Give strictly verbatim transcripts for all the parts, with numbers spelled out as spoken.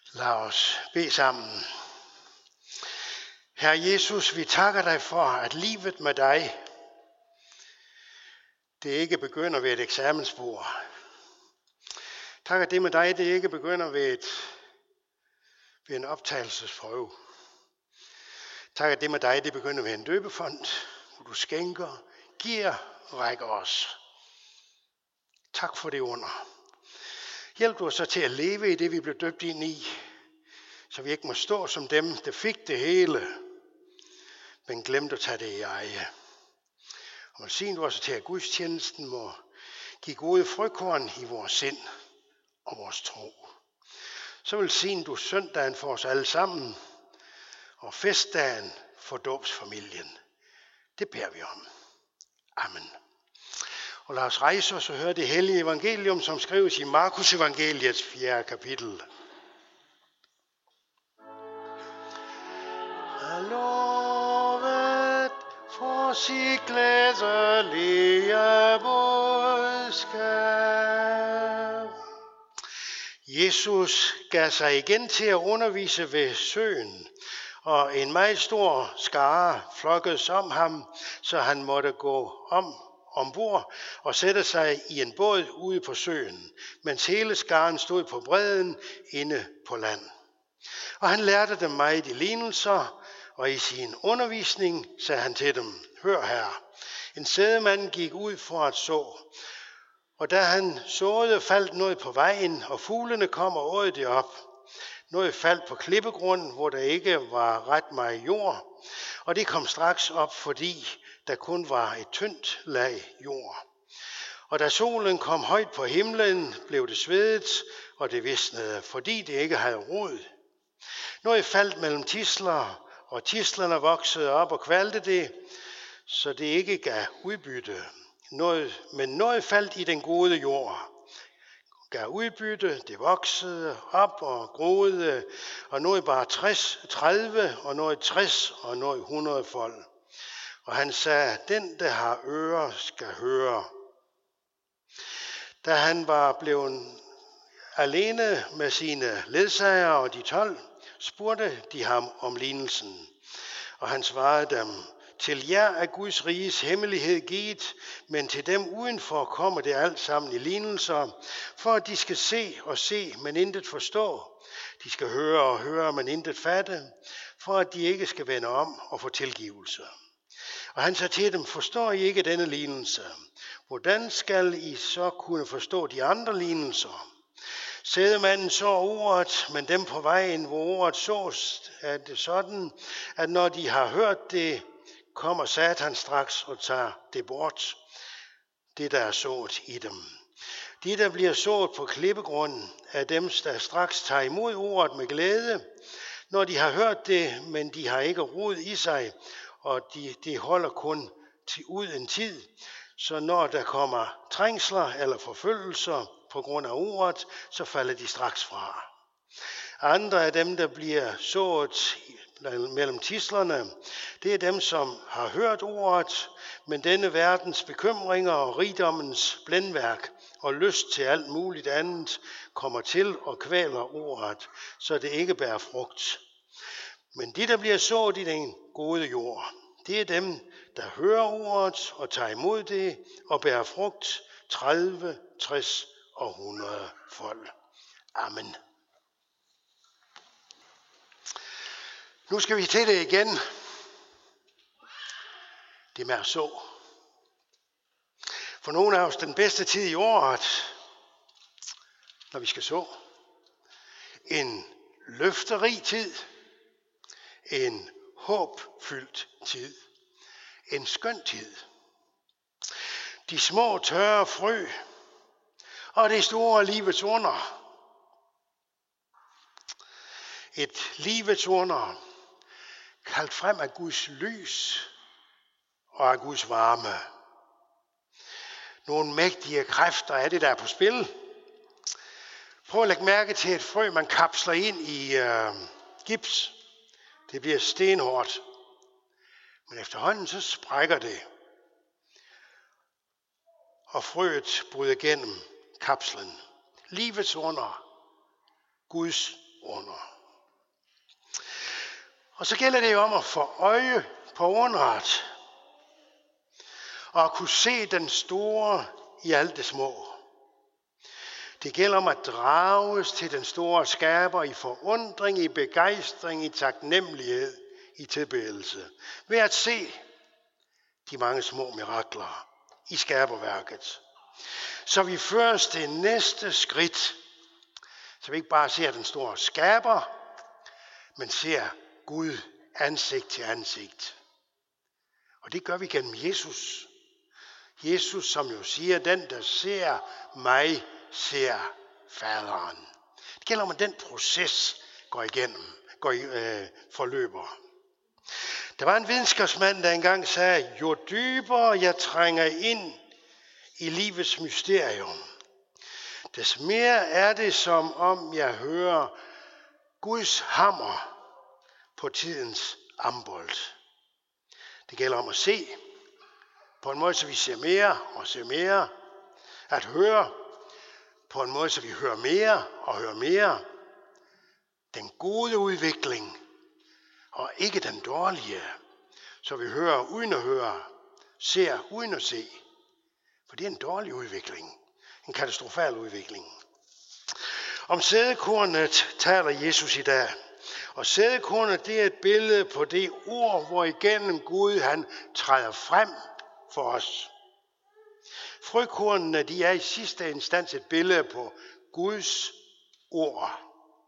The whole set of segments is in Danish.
Lad os bede sammen. Herre Jesus, vi takker dig for, at livet med dig, det ikke begynder ved et eksamensbord. Tak, at det med dig, det ikke begynder ved, et, ved en optagelsesprøve. Tak, at det med dig, det begynder ved en døbefond, hvor du skænker, giver, rækker os. Tak for det under. Hjælp du så til at leve i det, vi blev døbt ind i, så vi ikke må stå som dem, der fik det hele, men glemte at tage det i eje. Og velsign du også til, at gudstjenesten må give gode frøkorn i vores sind og vores tro. Så velsign du søndagen for os alle sammen, og festdagen for dåbsfamilien. Det beder vi om. Amen. Og lad os rejse os og høre det hellige evangelium, som skrives i Markus evangeliets fjerde kapitel. Lovet for sit glædelige budskab. Jesus gav sig igen til at undervise ved søen, og en meget stor skare flokkedes om ham, så han måtte gå om ombord og sætte sig i en båd ude på søen, mens hele skaren stod på bredden inde på land. Og han lærte dem meget i lignelser, og i sin undervisning sagde han til dem: Hør her, en sædemand gik ud for at så, og da han såede, faldt noget på vejen, og fuglene kom og åd det op. Noget faldt på klippegrund, hvor der ikke var ret meget jord, og det kom straks op, fordi der kun var et tyndt lag jord. Og da solen kom højt på himlen, blev det svedet, og det visnede, fordi det ikke havde rod. Noget faldt mellem tisler, og tislerne voksede op og kvalte det, så det ikke gav udbytte. Noget, men noget faldt i den gode jord, gav udbytte, det voksede op og groede, og noget bare tres, tredive, og noget tres, og noget hundrede fold. Og han sagde, den der har ører skal høre. Da han var blevet alene med sine ledsagere og de tolv, spurgte de ham om lignelsen. Og han svarede dem, til jer er Guds riges hemmelighed givet, men til dem udenfor kommer det alt sammen i lignelser, for at de skal se og se, men intet forstå. De skal høre og høre, men intet fatte, for at de ikke skal vende om og få tilgivelse. Og han sagde til dem, forstår I ikke denne lignelse? Hvordan skal I så kunne forstå de andre lignelser? Sædemanden så ordet, men dem på vejen, hvor ordet sås, er det sådan, at når de har hørt det, kommer Satan straks og tager det bort, det der er sået i dem. De, der bliver sået på klippegrunden, er dem, der straks tager imod ordet med glæde, når de har hørt det, men de har ikke rod i sig, og de, de holder kun til ud en tid. Så når der kommer trængsler eller forfølgelser på grund af ordet, så falder de straks fra. Andre af dem, der bliver sået mellem tislerne, det er dem, som har hørt ordet, men denne verdens bekymringer og rigdommens blændværk og lyst til alt muligt andet kommer til og kvæler ordet, så det ikke bærer frugt. Men de, der bliver sået i den gode jord, det er dem, der hører ordet og tager imod det og bærer frugt tredive, tres og hundrede fold. Amen. Nu skal vi til det igen. Det med at så. For nogle af os den bedste tid i året, når vi skal så. En løfterig tid. En håbfyldt tid. En skøn tid. De små tørre frø og det store livets under. Et livets under, kaldt frem af Guds lys og af Guds varme. Nogle mægtige kræfter er det, der er på spil. Prøv at lægge mærke til et frø, man kapsler ind i øh, gips. Det bliver stenhårdt. Men efterhånden så sprækker det. Og frøet bryder gennem kapslen. Livets under, Guds under. Og så gælder det jo om at få øje på underet, og at kunne se den store i alt det små. Det gælder om at drages til den store skaber i forundring, i begejstring, i taknemmelighed, i tilbedelse. Ved at se de mange små mirakler i skaberværket. Så vi føres til næste skridt. Så vi ikke bare ser den store skaber, men ser Gud ansigt til ansigt. Og det gør vi gennem Jesus. Jesus, som jo siger, den der ser mig, ser faderen. Det gælder om, at den proces går igennem, går i, øh, forløber. Der var en videnskabsmand, der engang sagde, jo dybere jeg trænger ind i livets mysterium, des mere er det som om jeg hører Guds hammer på tidens ambold. Det gælder om at se på en måde, så vi ser mere og ser mere. At høre på en måde, så vi hører mere og hører mere. Den gode udvikling og ikke den dårlige. Så vi hører uden at høre, ser uden at se. For det er en dårlig udvikling. En katastrofal udvikling. Om sædekornet taler Jesus i dag. Og sædekornet, det er et billede på det ord, hvor igennem Gud han træder frem for os. Frøkornene, de er i sidste instans et billede på Guds ord.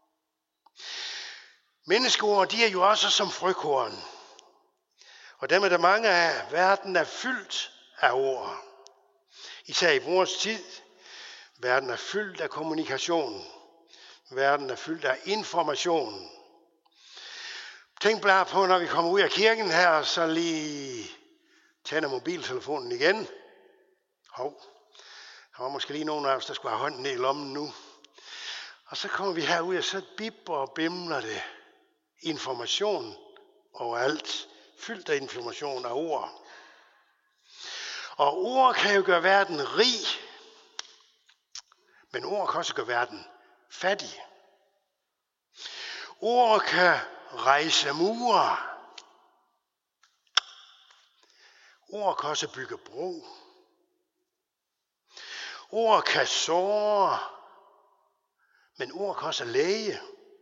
Menneskeord, de er jo også som frøkorn. Og dem er der mange af. Verden er fyldt af ord. Især i vores tid. Verden er fyldt af kommunikation. Verden er fyldt af information. Tænk bare på, når vi kommer ud af kirken her, så lige tænder mobiltelefonen igen. Hov, der var måske lige nogen af os, der skulle have hånden ned i lommen nu. Og så kommer vi herud, og så bipper og bimler det. Information overalt. Fyldt af information af ord. Og ord kan jo gøre verden rig. Men ord kan også gøre verden fattig. Ord kan rejse mure. Ord kan også bygge bro. Ord kan såre. Men ord kan også læge.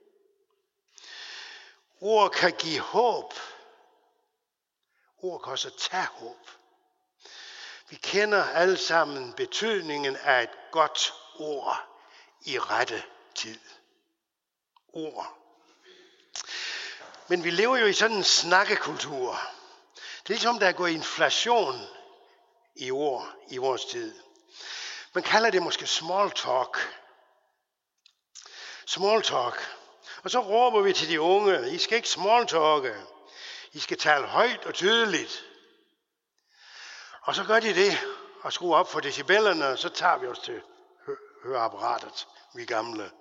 Ord kan give håb. Ord kan også tage håb. Vi kender alle sammen betydningen af et godt ord i rette tid. Ord. Men vi lever jo i sådan en snakkekultur. Det er ligesom, der er gået inflation i ord i vores tid. Man kalder det måske small talk. Small talk. Og så råber vi til de unge, I skal ikke small talke. I skal tale højt og tydeligt. Og så gør de det, og skruer op for decibellerne, og så tager vi os til høreapparatet, vi gamle.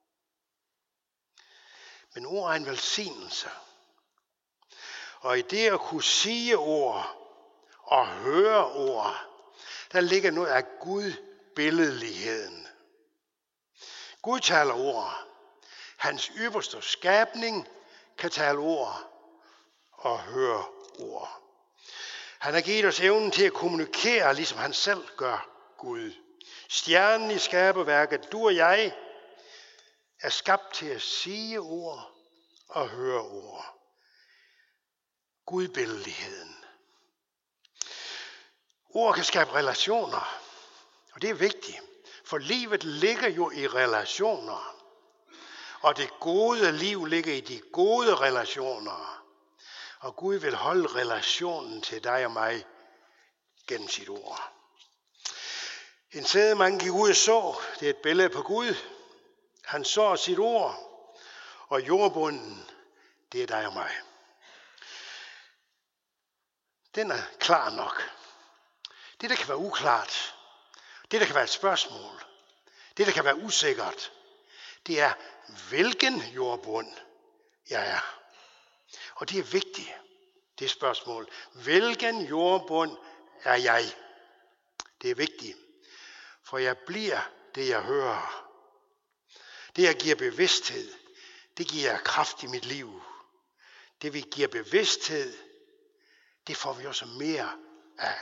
Men ord er en velsignelse. Og i det at kunne sige ord og høre ord, der ligger noget af Gud-billedligheden. Gud taler ord. Hans ypperste skabning kan tale ord og høre ord. Han har givet os evnen til at kommunikere, ligesom han selv gør Gud. Stjernen i skaberværket, du og jeg, er skabt til at sige ord og høre ord. Gudbilledligheden. Ord kan skabe relationer, og det er vigtigt, for livet ligger jo i relationer. Og det gode liv ligger i de gode relationer. Og Gud vil holde relationen til dig og mig gennem sit ord. En sædemand gik ud og så, det er et billede på Gud. Han så sit ord, og jordbunden, det er dig og mig. Den er klar nok. Det, der kan være uklart, det, der kan være et spørgsmål, det, der kan være usikkert, det er, hvilken jordbund jeg er. Og det er vigtigt, det spørgsmål. Hvilken jordbund er jeg? Det er vigtigt, for jeg bliver det, jeg hører. Det, jeg giver bevidsthed, det giver kraft i mit liv. Det vi giver bevidsthed, det får vi også mere af.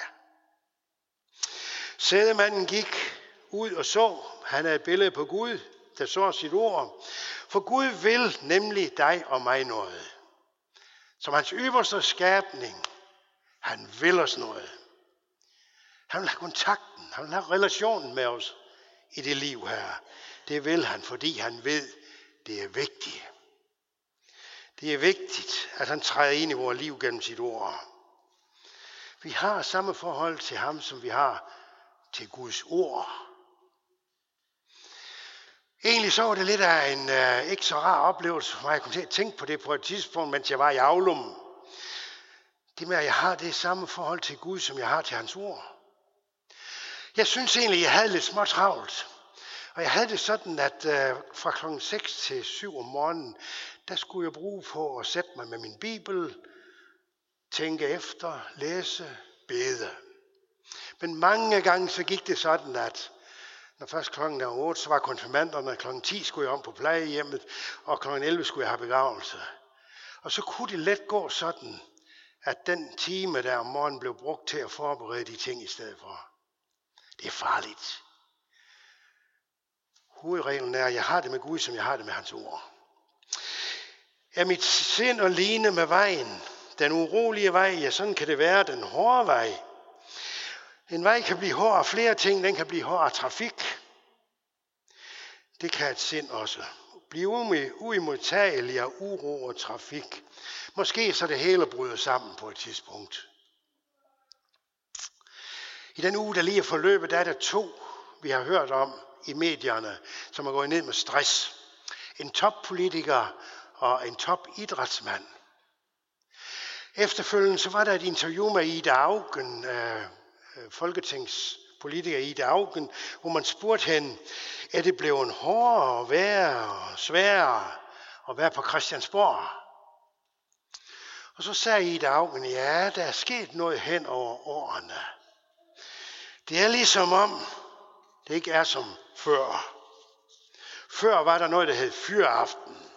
Sædemanden gik ud og så. Han er et billede på Gud, der så sit ord. For Gud vil nemlig dig og mig noget. Som hans øverste skabning. Han vil os noget. Han vil have kontakten. Han vil have relationen med os i det liv her. Det vil han, fordi han ved, det er vigtigt. Det er vigtigt, at han træder ind i vores liv gennem sit ord. Vi har samme forhold til ham, som vi har til Guds ord. Egentlig så var det lidt af en uh, ikke så rar oplevelse for mig. Jeg kom til at tænke på det på et tidspunkt, mens jeg var i Aulum. Det med, at jeg har det samme forhold til Gud, som jeg har til hans ord. Jeg synes egentlig, jeg havde lidt småt travlt. Og jeg havde det sådan, at uh, fra klokken seks til syv om morgenen, der skulle jeg bruge på at sætte mig med min bibel, tænke efter, læse, bede. Men mange gange så gik det sådan, at når først klokken er otte, så var konfirmanderne, klokken ti skulle jeg om på plejehjemmet, og klokken elleve skulle jeg have begravelse. Og så kunne det let gå sådan, at den time der om morgenen blev brugt til at forberede de ting i stedet for. Det er farligt. Hovedreglen er, at jeg har det med Gud, som jeg har det med hans ord. Er mit sind og line med vejen, den urolige vej, ja, sådan kan det være, den hårde vej. En vej kan blive hård af flere ting, den kan blive hård af trafik. Det kan et sind også. Blive uimodtagelig af uro og trafik. Måske så det hele bryder sammen på et tidspunkt. I den uge, der lige er forløbet, der er der to, vi har hørt om i medierne, som er gået ned med stress. En toppolitiker og en topidrætsmand. Efterfølgende så var der et interview med Ida Auken, øh, folketingspolitiker Ida Auken, hvor man spurgte hende, er det blevet hårdere, værre og sværere at være på Christiansborg? Og så sagde Ida Auken, ja, der er sket noget hen over årene. Det er ligesom om, det ikke er som før. Før var der noget, der hed fyraften.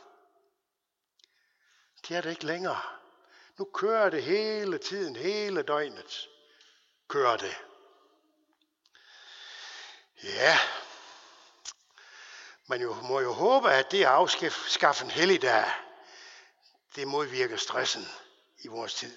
Det er det ikke længere. Nu kører det hele tiden, hele døgnet. Kører det. Ja, man jo, må jo håbe, at det at afskaffe en helligdag, det modvirker stressen i vores tid.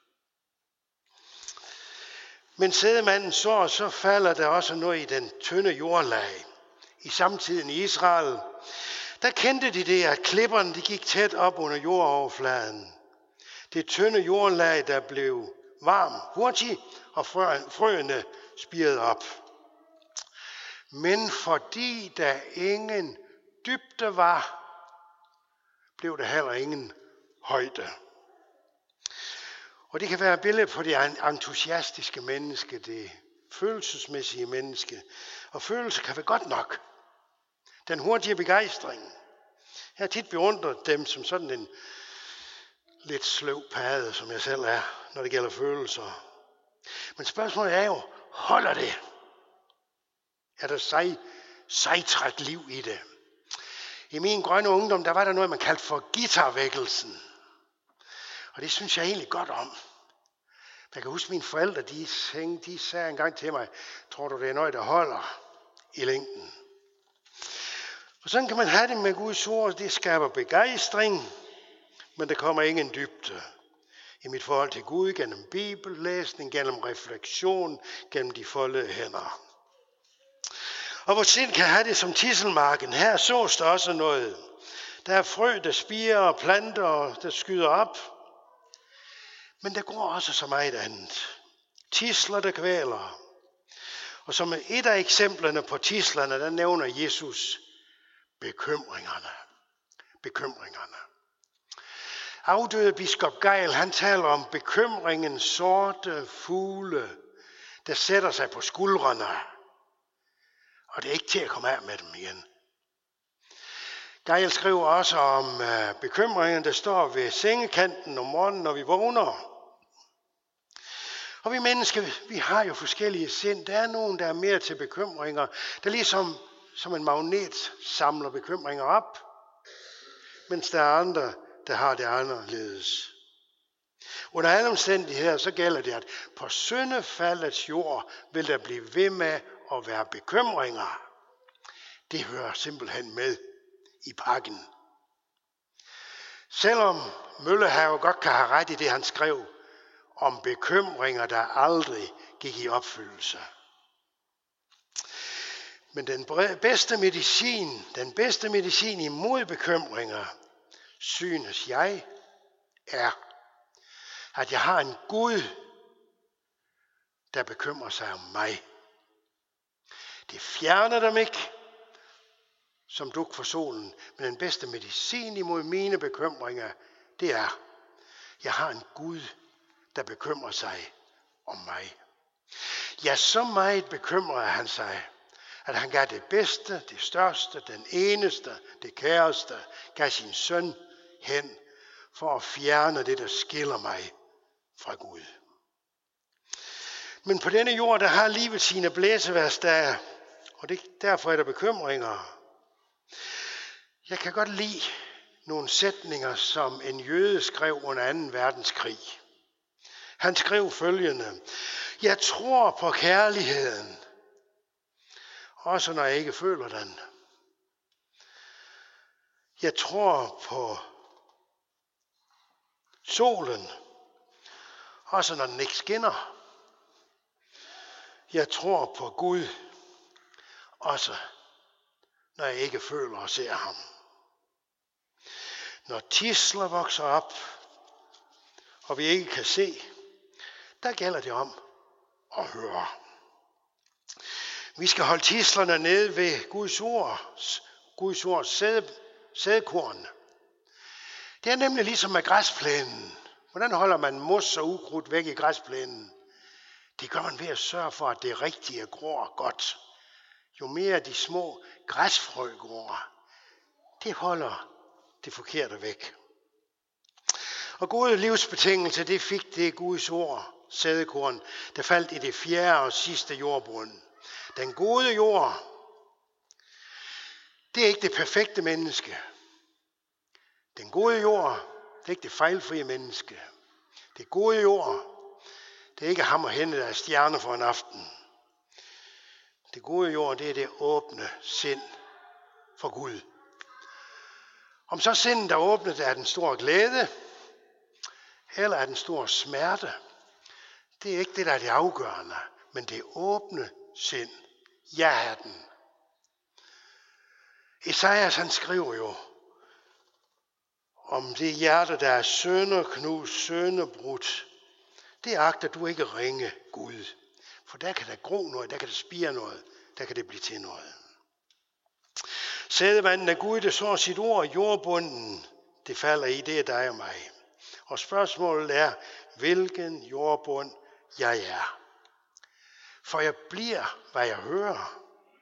Men sædemanden så, så falder der også noget i den tynde jordlag. I samtiden i Israel, der kendte de det, at klipperne de gik tæt op under jordoverfladen. Det tynde jordlag, der blev varm hurtigt, og frøene spirede op. Men fordi der ingen dybde var, blev der heller ingen højde. Og det kan være et billede på det entusiastiske menneske, det følelsesmæssige menneske. Og følelse kan være godt nok. Den hurtige begejstring. Jeg har tit beundret dem som sådan en lidt sløv pade, som jeg selv er, når det gælder følelser. Men spørgsmålet er jo, holder det? Er der sej, sejtræt liv i det? I min grønne ungdom, der var der noget, man kaldte for guitarvækkelsen. Og det synes jeg egentlig godt om. Jeg kan huske, mine forældre, de, de sagde engang til mig, tror du, det er noget, der holder i længden? Og sådan kan man have det med Guds ord. Det skaber begejstring, men der kommer ingen dybde i mit forhold til Gud, gennem bibellæsning, gennem refleksion, gennem de foldede hænder. Og vores sind kan have det som tidselmarken. Her sås der også noget. Der er frø, der spirer, og planter, der skyder op. Men der går også så meget andet. Tidsler, der kvæler. Og som et af eksemplerne på tidslerne, der nævner Jesus bekymringerne. Bekymringerne. Afdøde biskop Geil, han taler om bekymringens sorte fugle, der sætter sig på skuldrene. Og det er ikke til at komme af med dem igen. Geil skriver også om uh, bekymringen, der står ved sengekanten om morgenen, når vi vågner. Og vi mennesker, vi har jo forskellige sind. Der er nogen, der er mere til bekymringer, der ligesom som en magnet samler bekymringer op. mens der er andre, der har det anderledes. Under alle omstændigheder så gælder det, at på syndefaldets jord vil der blive ved med at være bekymringer. Det hører simpelthen med i pakken. Selvom Møllehave godt kan have ret i det, han skrev om bekymringer, der aldrig gik i opfyldelse. Men den bedste medicin, den bedste medicin imod bekymringer, synes jeg, er, at jeg har en Gud, der bekymrer sig om mig. Det fjerner dem ikke, som dug for solen, men den bedste medicin imod mine bekymringer, det er, jeg har en Gud, der bekymrer sig om mig. Ja, så meget bekymrer han sig, at han gav det bedste, det største, den eneste, det kæreste, gav sin søn hen for at fjerne det, der skiller mig fra Gud. Men på denne jord, der har livet sine blæseværsdage, og det, derfor er der bekymringer. Jeg kan godt lide nogle sætninger, som en jøde skrev under anden verdenskrig. Han skrev følgende: jeg tror på kærligheden, også når jeg ikke føler den. Jeg tror på solen, også når den ikke skinner. Jeg tror på Gud, også når jeg ikke føler og ser ham. Når tidsler vokser op, og vi ikke kan se, der gælder det om at høre. Vi skal holde tidslerne nede ved Guds ord, Guds ords sæd, sædkorn. Det er nemlig ligesom med græsplænen. Hvordan holder man mos og ukrudt væk i græsplænen? Det gør man ved at sørge for, at det rigtige gror godt. Jo mere de små græsfrø gror, det holder det forkerte væk. Og gode livsbetingelser, det fik det Guds ord, sædekorn, der faldt i det fjerde og sidste jordbund. Den gode jord, det er ikke det perfekte menneske. Den gode jord, det er ikke det fejlfrie menneske. Det gode jord, det er ikke ham og hende, der er stjerner for en aften. Det gode jord, det er det åbne sind for Gud. Om så sindet er åbnet, er den store glæde, eller er den store smerte, det er ikke det, der er det afgørende, men det åbne sind. Jeg er den. Esajas, han skriver jo om det hjerte, der er sønderknust, sønderbrudt. Det agter du ikke ringe, Gud. For der kan der gro noget, der kan der spire noget, der kan det blive til noget. Sædemanden af Gud, der så sit ord i jordbunden, det falder i, det er dig og mig. Og spørgsmålet er, hvilken jordbund jeg er. For jeg bliver, hvad jeg hører.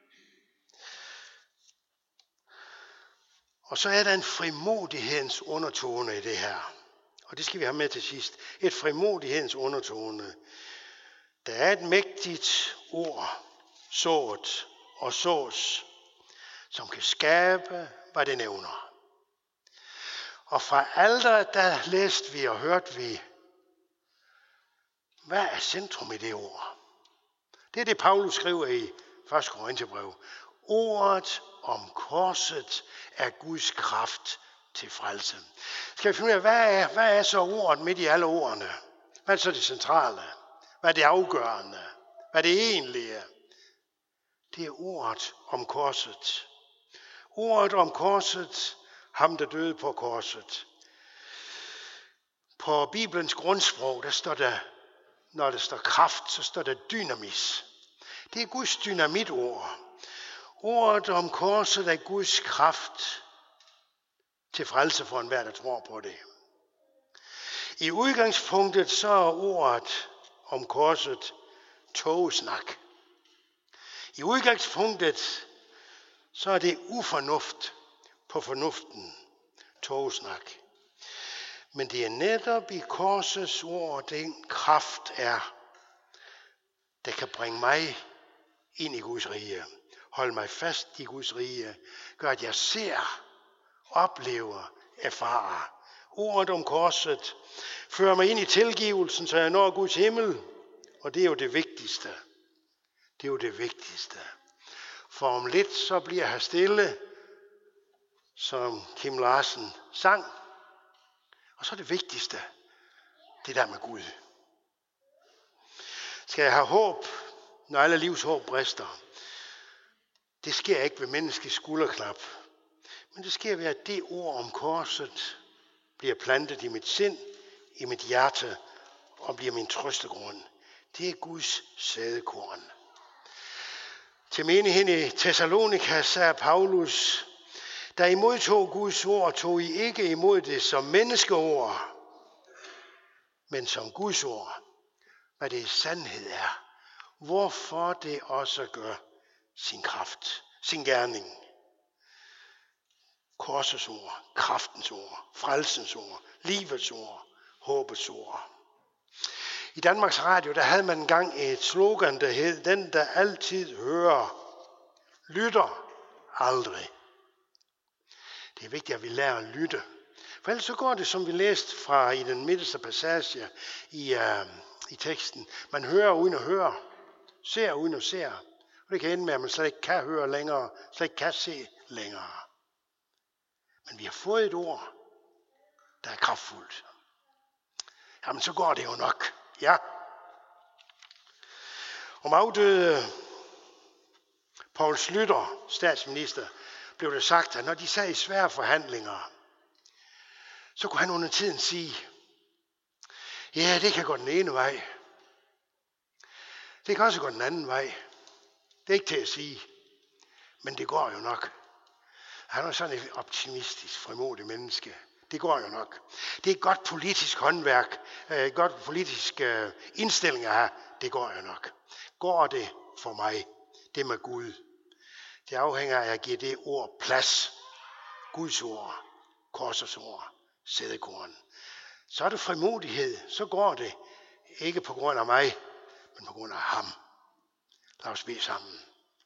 Og så er der en frimodighedens undertone i det her. Og det skal vi have med til sidst. Et frimodighedens undertone. Der er et mægtigt ord, sået og sås, som kan skabe, hvad det nævner. Og fra alderet, der læste vi og hørte vi, hvad er centrum i det ord? Det er det, Paulus skriver i første Korintherbrev. Ordet om korset er Guds kraft til frelse. Skal vi finde ud af, hvad er, hvad er så ordet midt i alle ordene? Hvad er så det centrale? Hvad er det afgørende? Hvad er det egentlige? Det er ordet om korset. Ordet om korset, ham der døde på korset. På Bibelens grundsprog, der står der, når der står kraft, så står der dynamis. Det er Guds dynamitord. Ordet om korset er Guds kraft til frelse for enhver, der tror på det. I udgangspunktet så er ordet om korset togesnak. I udgangspunktet så er det ufornuft på fornuften, togesnak. Men det er netop i korsets ord, den kraft er, der kan bringe mig ind i Guds rige. Hold mig fast i Guds rige. Gør, at jeg ser, oplever, erfare. Ordet om korset fører mig ind i tilgivelsen, så jeg når Guds himmel. Og det er jo det vigtigste. Det er jo det vigtigste. For om lidt så bliver her stille, som Kim Larsen sang. Og så er det vigtigste, det der med Gud. Skal jeg have håb, når alle livs håb brister? Det sker ikke ved menneskets skulderklap. Men det sker ved, at det ord om korset bliver plantet i mit sind, i mit hjerte og bliver min trøstegrund. Det er Guds sædekorn. Til menigheden i Thessalonika sagde Paulus, da I modtog Guds ord, tog I ikke imod det som menneskeord, men som Guds ord, hvad det i sandhed er. Hvorfor det også gør sin kraft, sin gerning. Korsets ord, kraftens ord, frelsens ord, livets ord, håbets ord. I Danmarks Radio, der havde man engang et slogan, der hed, den der altid hører, lytter aldrig. Det er vigtigt, at vi lærer at lytte. For ellers så går det, som vi læste fra i den midterste passage i, uh, i teksten. Man hører uden at høre, ser uden at se. Og det kan ende med, at man slet ikke kan høre længere, slet ikke kan se længere. Men vi har fået et ord, der er kraftfuldt. Jamen, så går det jo nok. Ja. Om afdøde Poul Schlüter, statsminister, blev det sagt, at når de sad i svære forhandlinger, så kunne han under tiden sige, ja, det kan gå den ene vej. Det kan også gå den anden vej. Det er ikke til at sige, men det går jo nok. Han er sådan et optimistisk, frimodigt menneske. Det går jo nok. Det er et godt politisk håndværk, et godt politisk indstilling at have. Det går jo nok. Går det for mig, det med Gud? Det afhænger af at give det ord plads. Guds ord, korsets ord, sædekorn. Så er det frimodighed. Så går det ikke på grund af mig, men på grund af ham. Lad os bede sammen.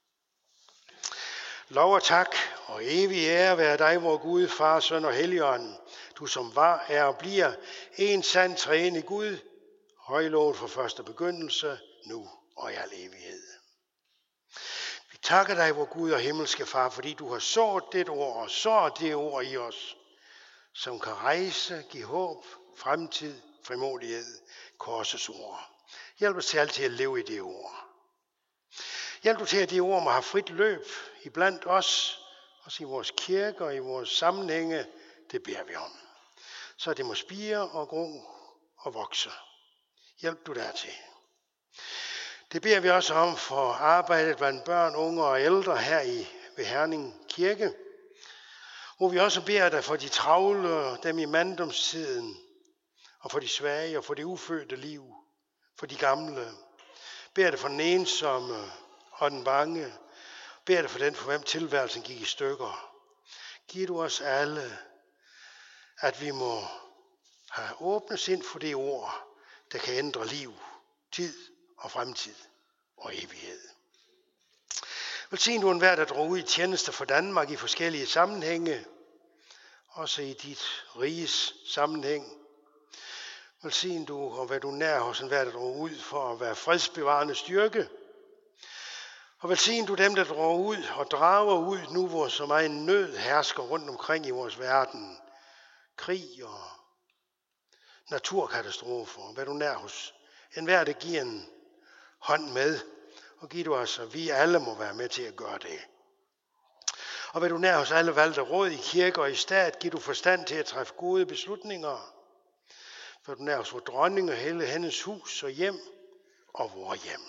Lov og tak og evig ære være dig, vor Gud, Far, Søn og Helligånd, du som var, er og bliver en sand treenig Gud, højlovet fra første begyndelse, nu og i al evighed. Vi takker dig, vor Gud og himmelske Far, fordi du har sået det ord og sået det ord i os, som kan rejse, give håb, fremtid, frimodighed, korsets ord. Hjælp os til altid at leve i det ord. Hjælp du til, at de ord må have frit løb iblandt os, også i vores kirker og i vores sammenhænge, det beder vi om. Så det må spire og gro og vokse. Hjælp du dertil. Det beder vi også om for arbejdet blandt børn, unge og ældre her i ved Herning Kirke, hvor vi også beder dig for de travle, dem i manddomstiden, og for de svage og for det ufødte liv, for de gamle. Beder dig for den ensomme og den bange. Beder dig for den, for hvem tilværelsen gik i stykker. Giv du os alle, at vi må have åbnet sind for det ord, der kan ændre liv, tid og fremtid og evighed. Velsign du enhver, der drog ud i tjeneste for Danmark i forskellige sammenhænge, også i dit riges sammenhæng. Velsign du og vær du nær hos enhver, der drog ud for at være fredsbevarende styrke. Og velsign du dem, der drog ud og drager ud nu, hvor så meget nød hersker rundt omkring i vores verden. Krig og naturkatastrofer. Vær du nær hos enhver, der giver en hånd med. Og giv du os, at vi alle må være med til at gøre det. Og vær du nær hos alle valgte råd i kirke og i stat. Giv du forstand til at træffe gode beslutninger. Vær du nær hos vor dronning og hele hendes hus og hjem og vor hjem.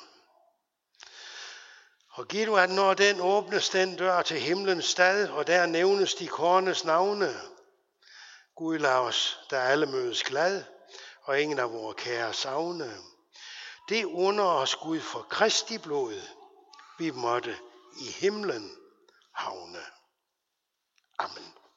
Og giv du, at når den åbnes den dør til himlens stad, og der nævnes de kornes navne. Gud lad os, der alle mødes glad, og ingen af vores kære savne. Det under os, Gud, for Kristi blod, vi måtte i himlen havne. Amen.